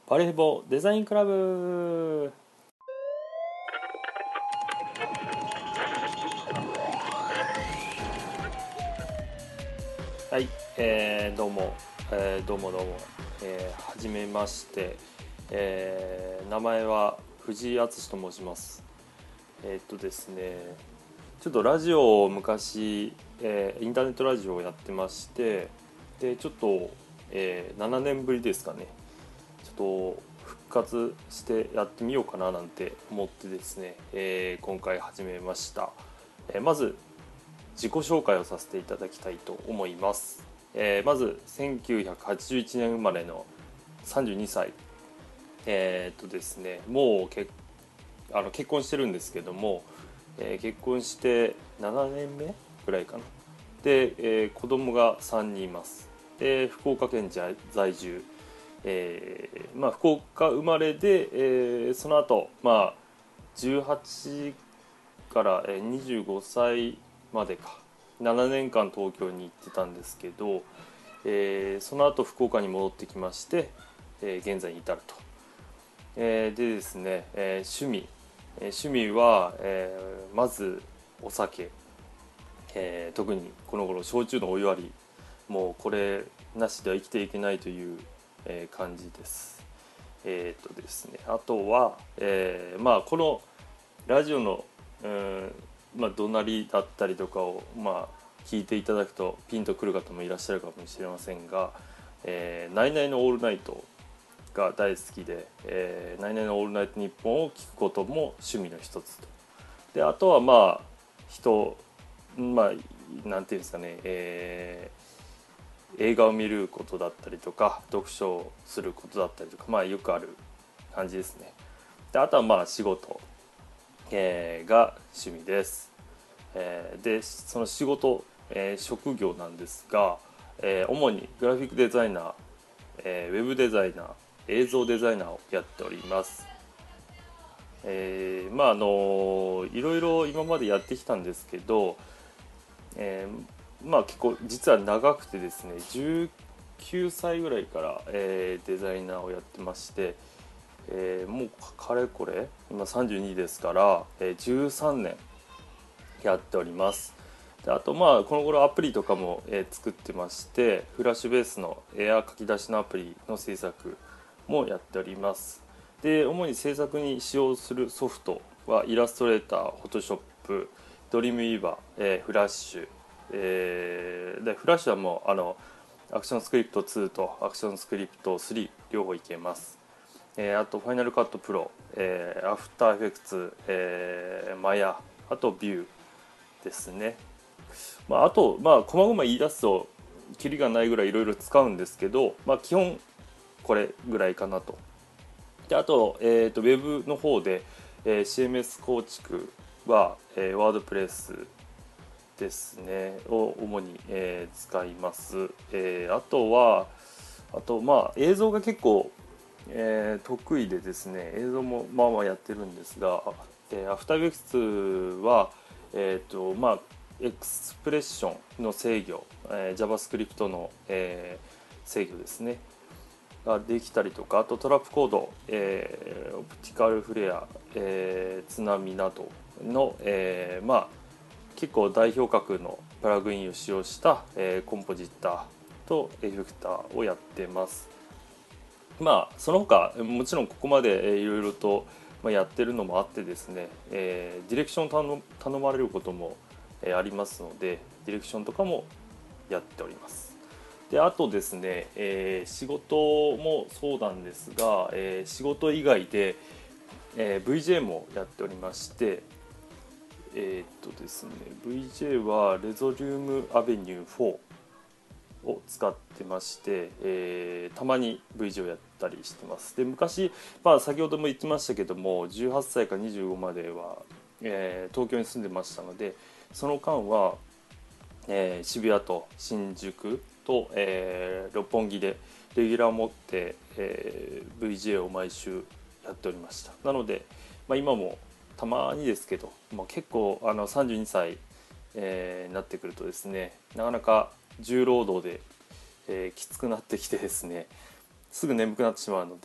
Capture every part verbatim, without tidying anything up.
パレヘボデザインクラブ。はい、えー、どうも、えー、どうもどうも、えー、はじめまして、えー、名前は藤井敦と申します。えー、っとですねちょっとラジオを昔、えーインターネットラジオをやってまして、でちょっと、えーななねんぶりですかね、ちょっと復活してやってみようかななんて思ってですね、えー今回始めました。えーまず自己紹介をさせていただきたいと思います。えーまずせんきゅうひゃくはちじゅういちねん生まれのさんじゅうにさい、えーっとですねもうけあの結婚してるんですけども、えー結婚してななねんめぐらいかな。で、えー子供がさんにんいます。で福岡県在住、えーまあ、福岡生まれで、えーその後、まあじゅうはちからにじゅうごさいまでかななねんかん東京に行ってたんですけど、えーその後福岡に戻ってきまして、えー現在に至ると。えーでですね、えー趣味、えー趣味は、えーまずお酒、えー特にこの頃焼酎のお湯割り、もうこれなしでは生きていけないという、えー感じです。えーとですね、あとは、えーまあこのラジオの、うん、まあ、怒鳴りだったりとかを、まあ、聞いていただくとピンとくる方もいらっしゃるかもしれませんが、えー、ナイナイのオールナイトが大好きで、えー、ナイナイのオールナイトニッポンを聞くことも趣味の一つと。であとはまあ人、まあなんていうんですかね、えー映画を見ることだったりとか読書をすることだったりとか、まあよくある感じですね。であとはまあ仕事、えーが趣味です。えーでその仕事、えー職業なんですが、えー主にグラフィックデザイナー、えーウェブデザイナー、映像デザイナーをやっております。えーまああのいろいろ今までやってきたんですけど、えーまあ結構実は長くてですね、じゅうきゅうさいぐらいから、えーデザイナーをやってまして、えーもうかれこれ今さんじゅうにですから、えーじゅうさんねんやっております。であとまあこの頃アプリとかも、えー作ってまして、フラッシュベースのエア書き出しのアプリの制作もやっております。で主に制作に使用するソフトはイラストレーター、フォトショップ、ドリームウィーバー、えーフラッシュ、えーでフラッシュはもうあのアクションスクリプトツーとアクションスクリプトスリー両方いけます。えーあとファイナルカットプロ、えーアフターエフェクツ、えーマヤ、あとビューですね。まあ、あと、まあ、細々言い出すとキリがないぐらいいろいろ使うんですけど、まあ、基本これぐらいかなと。であと、えーと、ウェブの方で、えー シーエムエス 構築は、えー、ワードプレスですねを主に、えー使います。えーあとはあとまあ映像が結構、えー得意でですね、映像もまあまあやってるんですが、えー、アフターエフェクツはえっ、とまあエクスプレッションの制御、えー JavaScript の、えー制御ですねができたりとか、あとトラップコード、えーオプティカルフレア、えー津波などの、えーまあ結構代表格のプラグインを使用した、えーコンポジッターとエフェクターをやってます。まあその他もちろんここまでいろいろとやってるのもあってですね、えーディレクション頼頼まれることもありますので、ディレクションとかもやっております。であとですね、えー仕事もそうなんですが、えー仕事以外で、えー ブイジェー もやっておりまして、えーっとですね ブイジェー はレゾリュームアベニューフォーを使ってまして、えーたまに ブイジェー をやったりしてます。で昔、まあ、先ほども言ってましたけどもじゅうはっさいからにじゅうごまでは、えー東京に住んでましたので、その間は、えー渋谷と新宿と、えー六本木でレギュラーを持って、えー ブイジェー を毎週やっておりました。なので、まあ、今もたまにですけど、まあ、結構あのさんじゅうにさい、えーになってくるとですね、なかなか重労働で、えーきつくなってきてですね、すぐ眠くなってしまうので、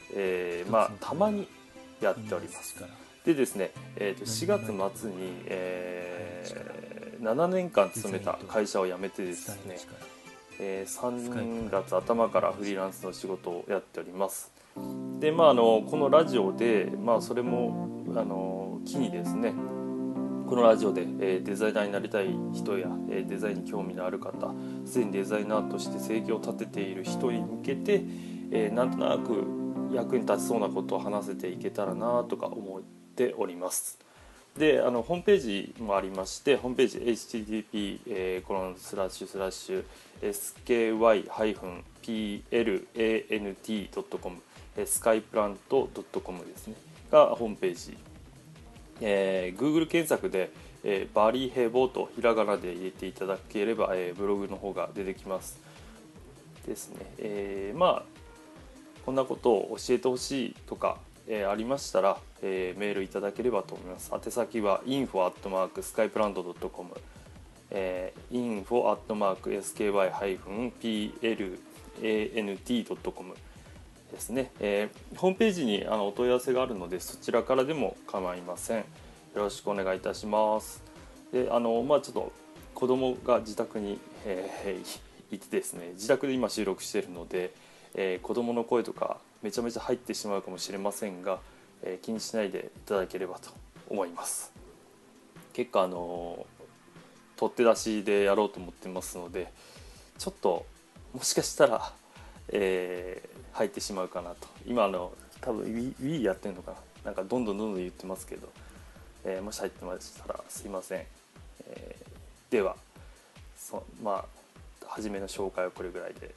えー、まあたまにやっております。でですね、えー、としがつ末に、えー、ななねんかん勤めた会社を辞めてですね、えー、さんがつ頭からフリーランスの仕事をやっております。でまああのこのラジオで、まあ、それもあの機にですね、このラジオで、えー、デザイナーになりたい人や、えー、デザインに興味のある方、すでにデザイナーとして生計を立てている人に向けて、えー、なんとなく役に立ちそうなことを話せていけたらなとか思っております。であのホームページもありまして、ホームページ エイチティーティーピー、えー、コロンスラッシュスラッシュ エスケーワイ ピーエルエーエヌティー ドットコム スカイプラント ドットコム ですねがホームページ、えー、Google 検索で、えー、バリヘボとひらがなで入れていただければ、えー、ブログの方が出てきますですね。えー、まあこんなことを教えてほしいとか、えー、ありましたら、えー、メールいただければと思います。宛先は インフォ アットマーク スカイプラント ドットコム、えー、インフォ アットマーク エスケーワイ ピーエルエーエヌティー ドットコム ですね。えー、ホームページにあのお問い合わせがあるので、そちらからでも構いません。よろしくお願いいたします。であのまあちょっと子供が自宅に、えー、いてですね、自宅で今収録しているので、えー、子供の声とかめちゃめちゃ入ってしまうかもしれませんが、えー、気にしないでいただければと思います。結構あの取って出しでやろうと思ってますので、ちょっともしかしたら、えー、入ってしまうかなと。今あの多分 Wii やってるのかな、なんかどんどんどんどん言ってますけど、えー、もし入ってましたらすいません。えー、ではそまあ初めの紹介はこれぐらいで。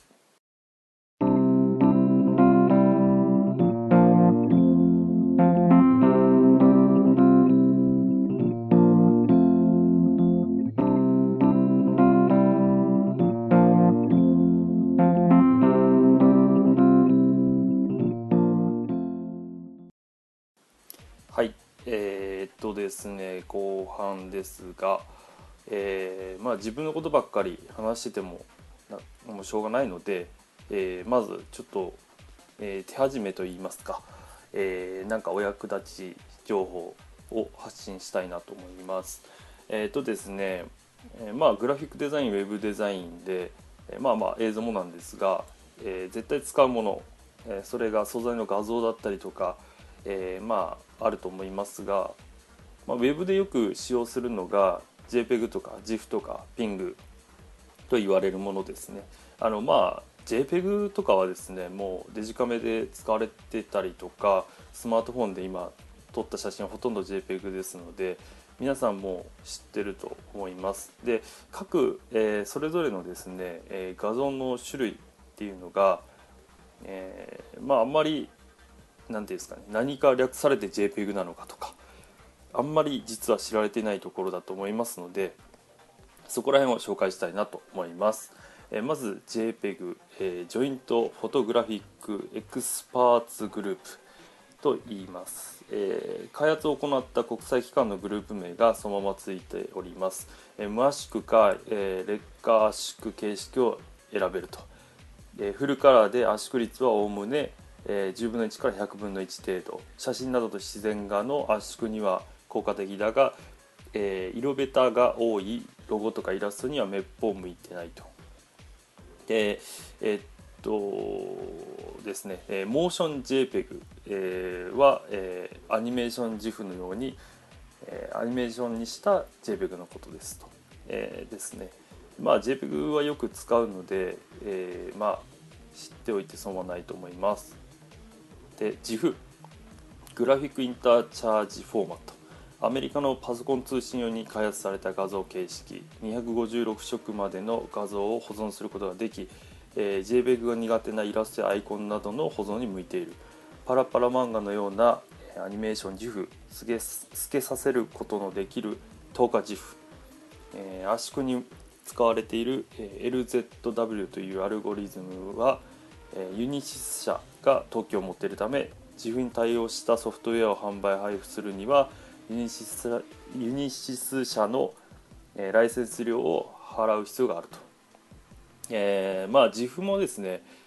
はい、えー、っとですね後半ですが、えーまあ、自分のことばっかり話しててもなもうしょうがないので、えーまずちょっと、えー手始めといいますか、えーなんかお役立ち情報を発信したいなと思います。えー、っとですね、えーまあグラフィックデザイン、ウェブデザインで、えーまあまあ映像もなんですが、えー絶対使うもの、えーそれが素材の画像だったりとか、えーまああると思いますが、まあ、ウェブでよく使用するのが JPEG とか ジフ とか ピング と言われるものですね。あのまあ JPEG とかはですね、もうデジカメで使われてたりとか、スマートフォンで今撮った写真はほとんど JPEG ですので、皆さんも知ってると思います。で各、えーそれぞれのですね、えー画像の種類っていうのが、えーまああんまりなんていうんですかね、何か略されて JPEG なのかとか、あんまり実は知られていないところだと思いますので、そこら辺を紹介したいなと思います。えーまず JPEG、えー、ジョイントフォトグラフィックエクスパーツグループと言います。えー開発を行った国際機関のグループ名がそのままついております。えー無圧縮か、えー劣化圧縮形式を選べると。えーフルカラーで圧縮率はおおむね、えーじゅうぶんのいちからひゃくぶんのいち程度、写真などと自然画の圧縮には効果的だが、えー色ベタが多いロゴとかイラストにはめっぽう向いてないと。でえーっとですね、えーモーション JPEG、えーは、えーアニメーション ジフ のように、えーアニメーションにした JPEG のことですと。えーですね。まあ JPEG はよく使うので、えーまあ知っておいて損はないと思います。で ジフ グラフィックインターチャージフォーマット、アメリカのパソコン通信用に開発された画像形式、にひゃくごじゅうろく色までの画像を保存することができ、えー、JPEG が苦手なイラストやアイコンなどの保存に向いている。パラパラ漫画のようなアニメーション ジフ、透け透けさせることのできる透過 ジフ、えー圧縮に使われている エルゼットダブリュー というアルゴリズムは、えーユニシス社が特許を持っているため、ジフに対応したソフトウェアを販売配布するにはユニシスユニシス社の、えーライセンス料を払う必要があると。えーまあ ジフ もですね、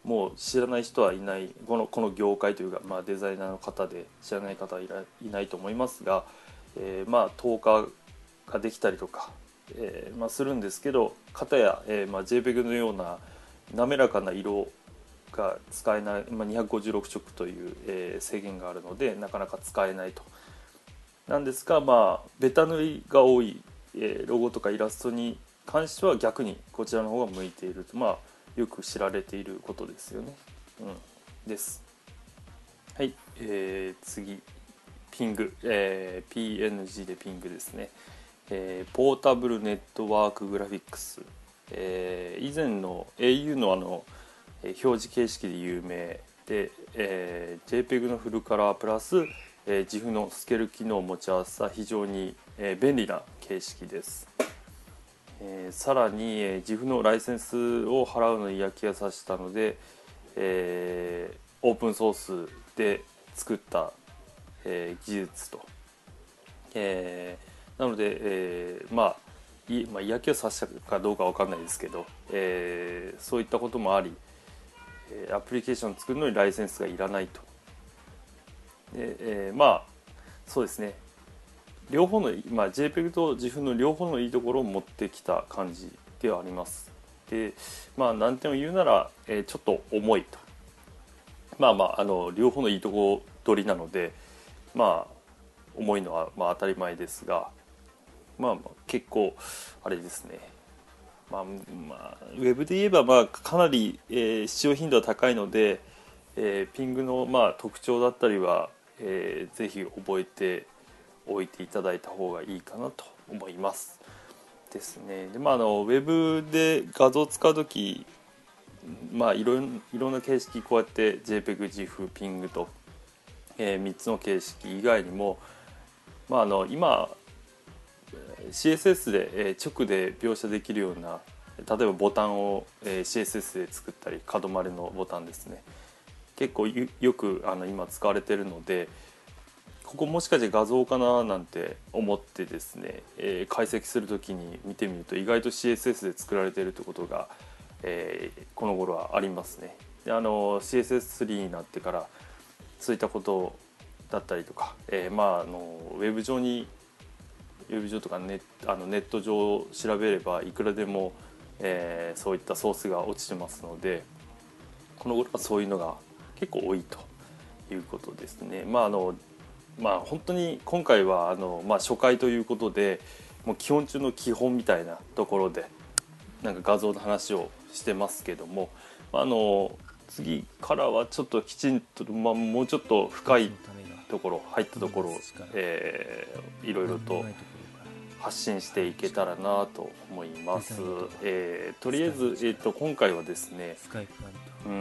もう知らない人はいない、このこの業界というか、まあ、デザイナーの方で知らない方はいらいないと思いますが、えー、まあ透過ができたりとか、えーまあ、するんですけど、片や、えーまあ、JPEG のような滑らかな色が使えない、まあ、にひゃくごじゅうろく色という、えー、制限があるのでなかなか使えないと。なんですが、まあベタ塗りが多い、えー、ロゴとかイラストに関しては逆にこちらの方が向いていると、まあよく知られていることですよね。うん、です。はい、えー、次ピング、えー、ピーエヌジー でピングですね。えー、ポータブルネットワークグラフィックス、えー、以前の エーユー のあの表示形式で有名で、えー、JPEG のフルカラープラス、えー、ジフのスケール機能を持ち合わせた非常に、えー、便利な形式です。えー、さらに、えー、ジフのライセンスを払うのに嫌気がさしたので、えー、オープンソースで作った、えー、技術と、えー、なので、えー、まあい、まあ、嫌気をさしたかどうかわかんないですけど、えー、そういったこともあり、アプリケーションを作るのにライセンスがいらないと。で、えー、まあそうですね、両方の、まあ、JPEG と ジフ の両方のいいところを持ってきた感じではあります。で、まあ難点を言うなら、えー、ちょっと重いと。まあまああの両方のいいとこ取りなので、まあ重いのはまあ当たり前ですが、まあ、まあ結構あれですね。まあまあ、ウェブで言えばまあかなり、えー、使用頻度は高いので、えー、ピングのまあ特徴だったりは、えー、ぜひ覚えておいていただいた方がいいかなと思いますですね。で、まあ、あのウェブで画像を使うとき、まあ、いろいろんな形式こうやって JPEG、ジフ、ピングと、えー、みっつの形式以外にも、まあ、あの今 シーエスエス で、えー、直で描写できるような、例えばボタンを、えー、シーエスエス で作ったり、角丸のボタンですね、結構よくあの今使われているので、ここもしかして画像かななんて思ってですね、えー、解析するときに見てみると意外と シーエスエス で作られているということが、えー、この頃はありますね。で、あの シーエスエススリー になってからそういったことだったりとか、えー、まああのウェブ上にウェブ上とかネあのネット上を調べればいくらでも、えー、そういったソースが落ちてますので、この頃はそういうのが結構多いということですね。まああのまあ本当に今回はあの、まあ、初回ということでもう基本中の基本みたいなところでなんか画像の話をしてますけども、あの次からはちょっときちんと、まあ、もうちょっと深いところ入ったところを、えー、いろいろと発信していけたらなと思います。えー、とりあえず、えー、と今回はですね、うん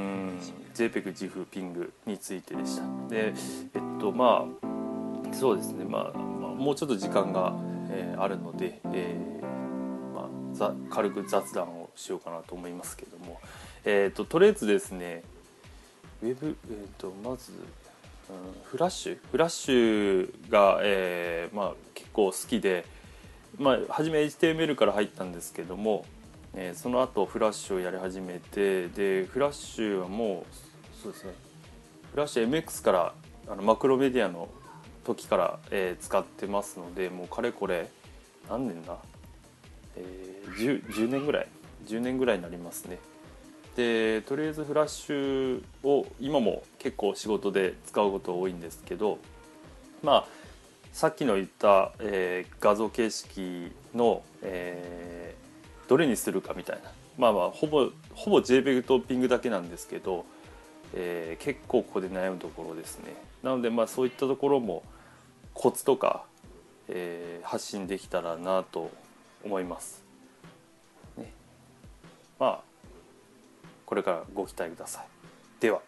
JPEG、ジフ、ピングについてでした。で、えっとまあそうですね、まあ、まあ、もうちょっと時間が、えー、あるので、えーまあ、ざ軽く雑談をしようかなと思いますけども、えー、ととりあえずですね、ウェブ、えー、とまず、うん、フラッシュフラッシュが、えーまあ、結構好きで、まあ、初め エイチティーエムエル から入ったんですけども、えー、その後フラッシュをやり始めて、でフラッシュはもうそうですね、フラッシュ エムエックス からあのマクロメディアの時から、えー、使ってますので、もうかれこれ何年だ、えー、10, 10年ぐらいじゅうねんぐらいになりますね。でとりあえずフラッシュを今も結構仕事で使うこと多いんですけど、まあさっきの言った、えー、画像形式の、えー、どれにするかみたいな、まあまあほぼほぼ JPEG とピングだけなんですけど、えー、結構ここで悩むところですね。なのでまあそういったところもコツとか、えー、発信できたらなと思います、ね。まあこれからご期待ください。では。